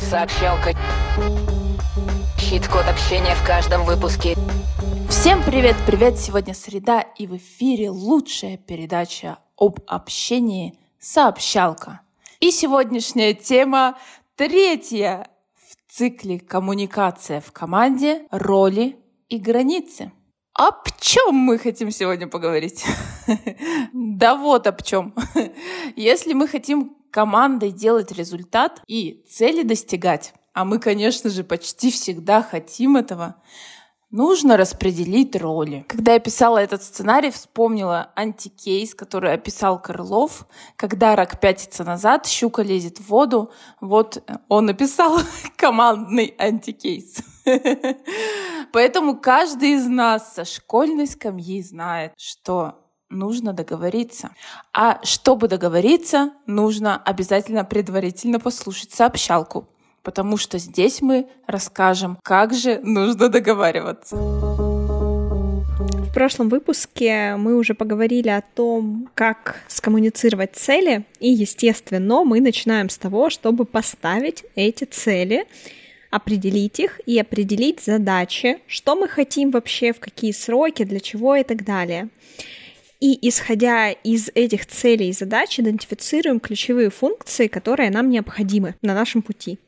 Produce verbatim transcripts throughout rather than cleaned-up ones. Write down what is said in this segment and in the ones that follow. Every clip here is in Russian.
Сообщалка. Хит-код общения в каждом выпуске. Всем привет-привет! Сегодня среда, и в эфире лучшая передача об общении «Сообщалка». И сегодняшняя тема третья в цикле «Коммуникация в команде. Роли и границы». Об чем мы хотим сегодня поговорить? Да вот об чем. Если мы хотим командой делать результат и цели достигать, а мы, конечно же, почти всегда хотим этого, нужно распределить роли. Когда я писала этот сценарий, вспомнила антикейс, который описал Крылов. Когда рак пятится назад, щука лезет в воду. Вот он написал командный антикейс. Поэтому каждый из нас со школьной скамьи знает, что нужно договориться. А чтобы договориться, нужно обязательно предварительно послушать сообщалку, потому что здесь мы расскажем, как же нужно договариваться. В прошлом выпуске мы уже поговорили о том, как скоммуницировать цели, и, естественно, мы начинаем с того, чтобы поставить эти цели, определить их и определить задачи, что мы хотим вообще, в какие сроки, для чего и так далее. И, исходя из этих целей и задач, идентифицируем ключевые функции, которые нам необходимы на нашем пути.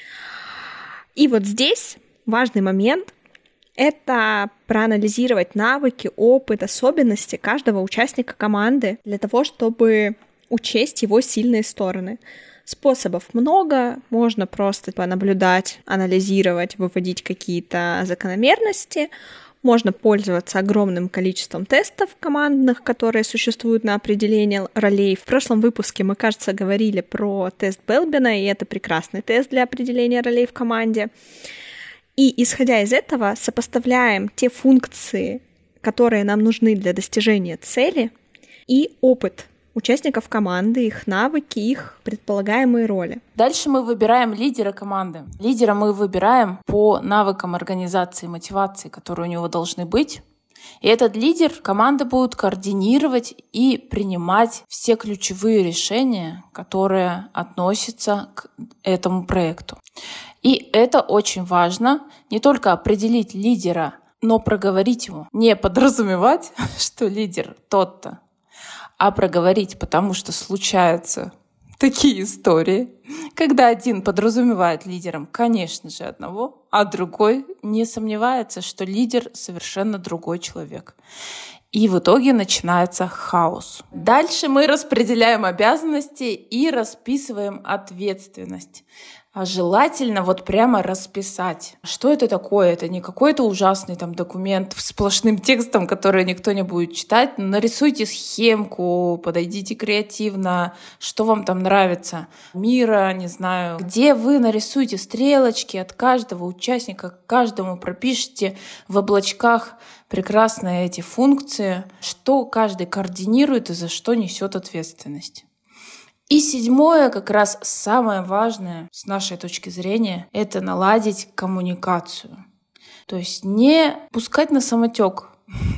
И вот здесь важный момент — это проанализировать навыки, опыт, особенности каждого участника команды для того, чтобы учесть его сильные стороны. Способов много, можно просто понаблюдать, анализировать, выводить какие-то закономерности. Можно пользоваться огромным количеством тестов командных, которые существуют на определение ролей. В прошлом выпуске мы, кажется, говорили про тест Белбина, и это прекрасный тест для определения ролей в команде. И, исходя из этого, сопоставляем те функции, которые нам нужны для достижения цели, и опыт участников команды, их навыки, их предполагаемые роли. Дальше мы выбираем лидера команды. Лидера мы выбираем по навыкам организации и мотивации, которые у него должны быть. И этот лидер команды будет координировать и принимать все ключевые решения, которые относятся к этому проекту. И это очень важно, не только определить лидера, но проговорить его. Не подразумевать, что лидер тот-то, а проговорить, потому что случаются такие истории, когда один подразумевает лидером, конечно же, одного, а другой не сомневается, что лидер совершенно другой человек. И в итоге начинается хаос. Дальше мы распределяем обязанности и расписываем ответственность. А желательно вот прямо расписать. Что это такое? Это не какой-то ужасный там документ с сплошным текстом, который никто не будет читать. Нарисуйте схемку, подойдите креативно, что вам там нравится. Мира, не знаю. Где вы нарисуете стрелочки от каждого участника, каждому пропишите в облачках прекрасные эти функции, что каждый координирует и за что несет ответственность. И седьмое, как раз самое важное с нашей точки зрения, это наладить коммуникацию. То есть не пускать на самотек,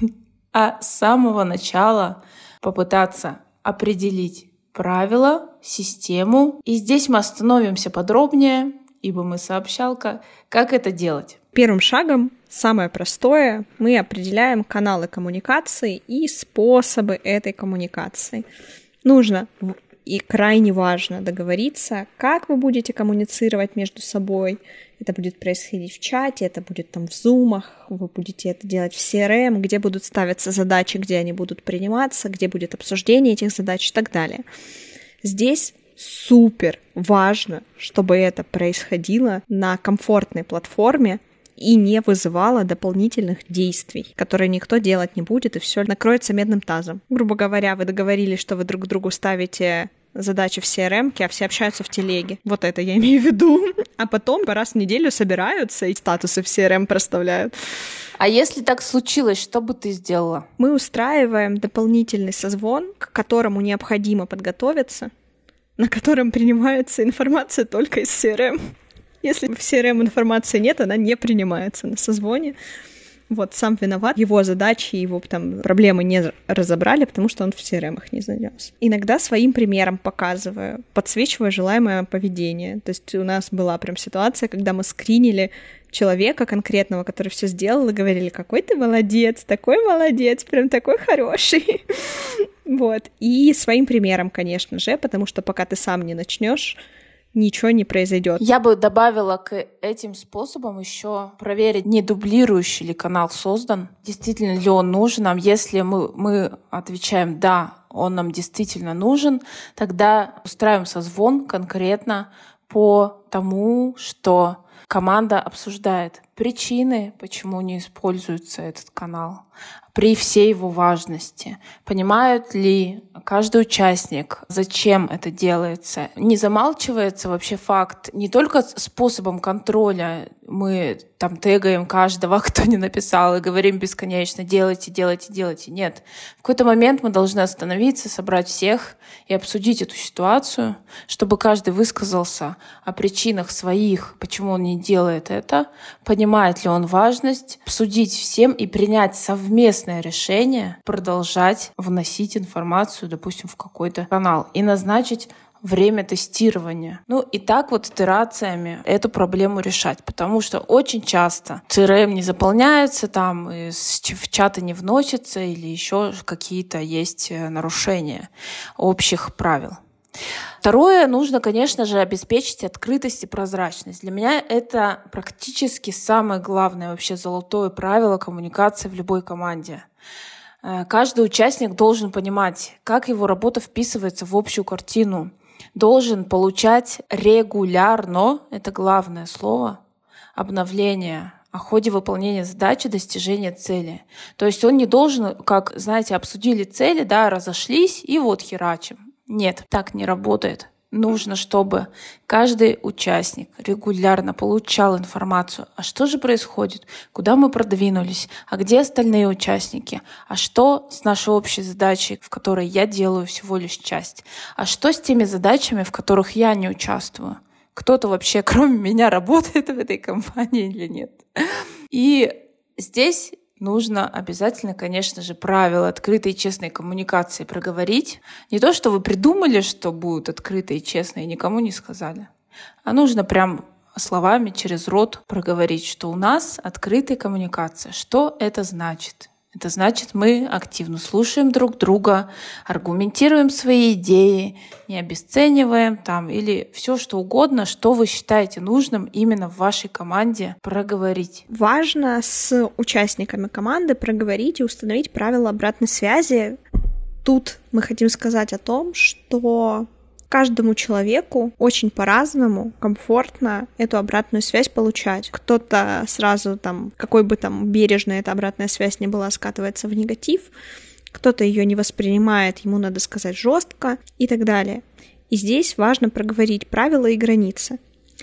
а с самого начала попытаться определить правила, систему. И здесь мы остановимся подробнее, ибо мы сообщалка, как это делать. Первым шагом, самое простое, мы определяем каналы коммуникации и способы этой коммуникации. Нужно и крайне важно договориться, как вы будете коммуницировать между собой. Это будет происходить в чате, это будет там в зумах, вы будете это делать в си эр эм, где будут ставиться задачи, где они будут приниматься, где будет обсуждение этих задач и так далее. Здесь супер важно, чтобы это происходило на комфортной платформе и не вызывало дополнительных действий, которые никто делать не будет, и все накроется медным тазом. Грубо говоря, вы договорились, что вы друг другу ставите задачи в си эр эм, а все общаются в телеге. Вот это я имею в виду. А потом раз в неделю собираются и статусы в си эр эм проставляют. А если так случилось, что бы ты сделала? Мы устраиваем дополнительный созвон, к которому необходимо подготовиться, на котором принимается информация только из си эр эм. Если в си эр эм информации нет, она не принимается на созвоне. Вот, сам виноват, его задачи, его там проблемы не разобрали, потому что он в си эр эм-ах не занес. Иногда своим примером показываю, подсвечивая желаемое поведение. То есть у нас была прям ситуация, когда мы скринили человека конкретного, который все сделал, и говорили, какой ты молодец, такой молодец, прям такой хороший. Вот. И своим примером, конечно же, потому что пока ты сам не начнешь, ничего не произойдет. Я бы добавила к этим способам еще проверить, не дублирующий ли канал создан, действительно ли он нужен нам. Если мы, мы отвечаем «да», он нам действительно нужен, тогда устраиваем созвон конкретно по тому, что команда обсуждает причины, почему не используется этот канал, при всей его важности. Понимают ли каждый участник, зачем это делается? Не замалчивается вообще факт не только способом контроля. Мы там тегаем каждого, кто не написал, и говорим бесконечно «делайте, делайте, делайте». Нет. В какой-то момент мы должны остановиться, собрать всех и обсудить эту ситуацию, чтобы каждый высказался о причинах своих, почему он не делает это, понимает ли он важность, обсудить всем и принять совместное решение продолжать вносить информацию, допустим, в какой-то канал и назначить время тестирования. Ну и так вот итерациями эту проблему решать, потому что очень часто си эр эм не заполняется, там в чаты не вносится или еще какие-то есть нарушения общих правил. Второе, нужно, конечно же, обеспечить открытость и прозрачность. Для меня это практически самое главное, вообще золотое правило коммуникации в любой команде. Каждый участник должен понимать, как его работа вписывается в общую картину, должен получать регулярно, это главное слово, обновление о ходе выполнения задачи, достижения цели. То есть он не должен, как, знаете, обсудили цели, да, разошлись и вот херачим. Нет, так не работает. Нужно, чтобы каждый участник регулярно получал информацию, а что же происходит, куда мы продвинулись, а где остальные участники, а что с нашей общей задачей, в которой я делаю всего лишь часть, а что с теми задачами, в которых я не участвую. Кто-то вообще, кроме меня, работает в этой компании или нет. И здесь нужно обязательно, конечно же, правила открытой и честной коммуникации проговорить. Не то, что вы придумали, что будут открытые и честные, и никому не сказали. А нужно прям словами через рот проговорить, что у нас открытая коммуникация. Что это значит? Это значит, мы активно слушаем друг друга, аргументируем свои идеи, не обесцениваем там или все что угодно, что вы считаете нужным именно в вашей команде проговорить. Важно с участниками команды проговорить и установить правила обратной связи. Тут мы хотим сказать о том, что каждому человеку очень по-разному комфортно эту обратную связь получать. Кто-то сразу там, какой бы там бережной эта обратная связь ни была, скатывается в негатив, кто-то ее не воспринимает, ему надо сказать жестко и так далее. И здесь важно проговорить правила и границы.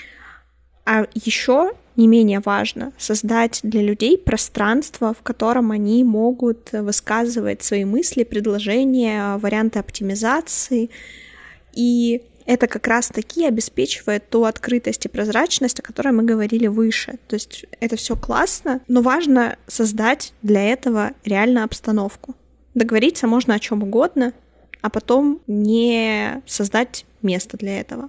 А еще не менее важно создать для людей пространство, в котором они могут высказывать свои мысли, предложения, варианты оптимизации. И это как раз-таки обеспечивает ту открытость и прозрачность, о которой мы говорили выше. То есть это все классно, но важно создать для этого реально обстановку. Договориться можно о чем угодно, а потом не создать место для этого.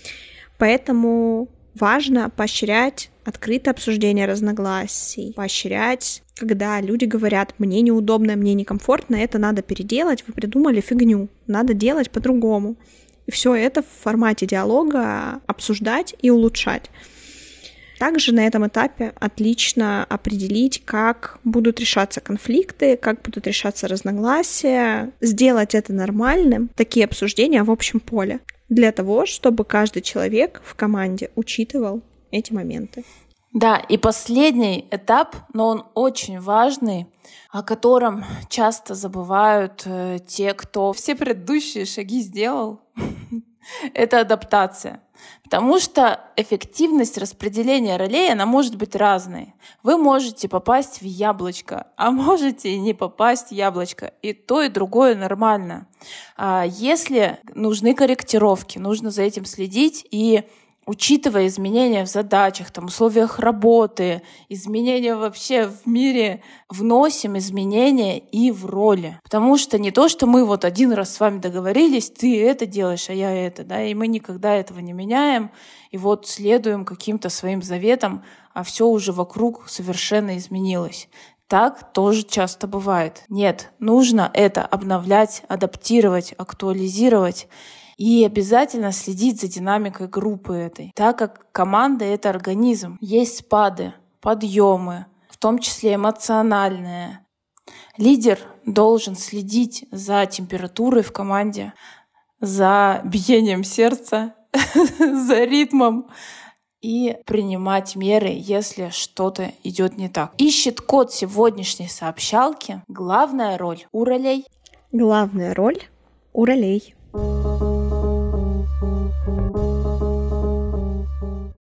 Поэтому важно поощрять открытое обсуждение разногласий, поощрять, когда люди говорят, мне неудобно, мне некомфортно, это надо переделать, вы придумали фигню, надо делать по-другому. И все это в формате диалога обсуждать и улучшать. Также на этом этапе отлично определить, как будут решаться конфликты, как будут решаться разногласия, сделать это нормальным, такие обсуждения в общем поле, для того, чтобы каждый человек в команде учитывал эти моменты. Да, и последний этап, но он очень важный, о котором часто забывают э, те, кто все предыдущие шаги сделал, это адаптация. Потому что эффективность распределения ролей, она может быть разной. Вы можете попасть в яблочко, а можете и не попасть в яблочко. И то, и другое нормально. Если нужны корректировки, нужно за этим следить и учитывая изменения в задачах, там, условиях работы, изменения вообще в мире, вносим изменения и в роли. Потому что не то, что мы вот один раз с вами договорились, ты это делаешь, а я это, да, и мы никогда этого не меняем, и вот следуем каким-то своим заветам, а все уже вокруг совершенно изменилось. Так тоже часто бывает. Нет, нужно это обновлять, адаптировать, актуализировать. И обязательно следить за динамикой группы этой, так как команда — это организм. Есть спады, подъемы, в том числе эмоциональные. Лидер должен следить за температурой в команде, за биением сердца, за ритмом и принимать меры, если что-то идет не так. Ищет код сегодняшней сообщалки. Главная роль у ролей. Главная роль у ролей.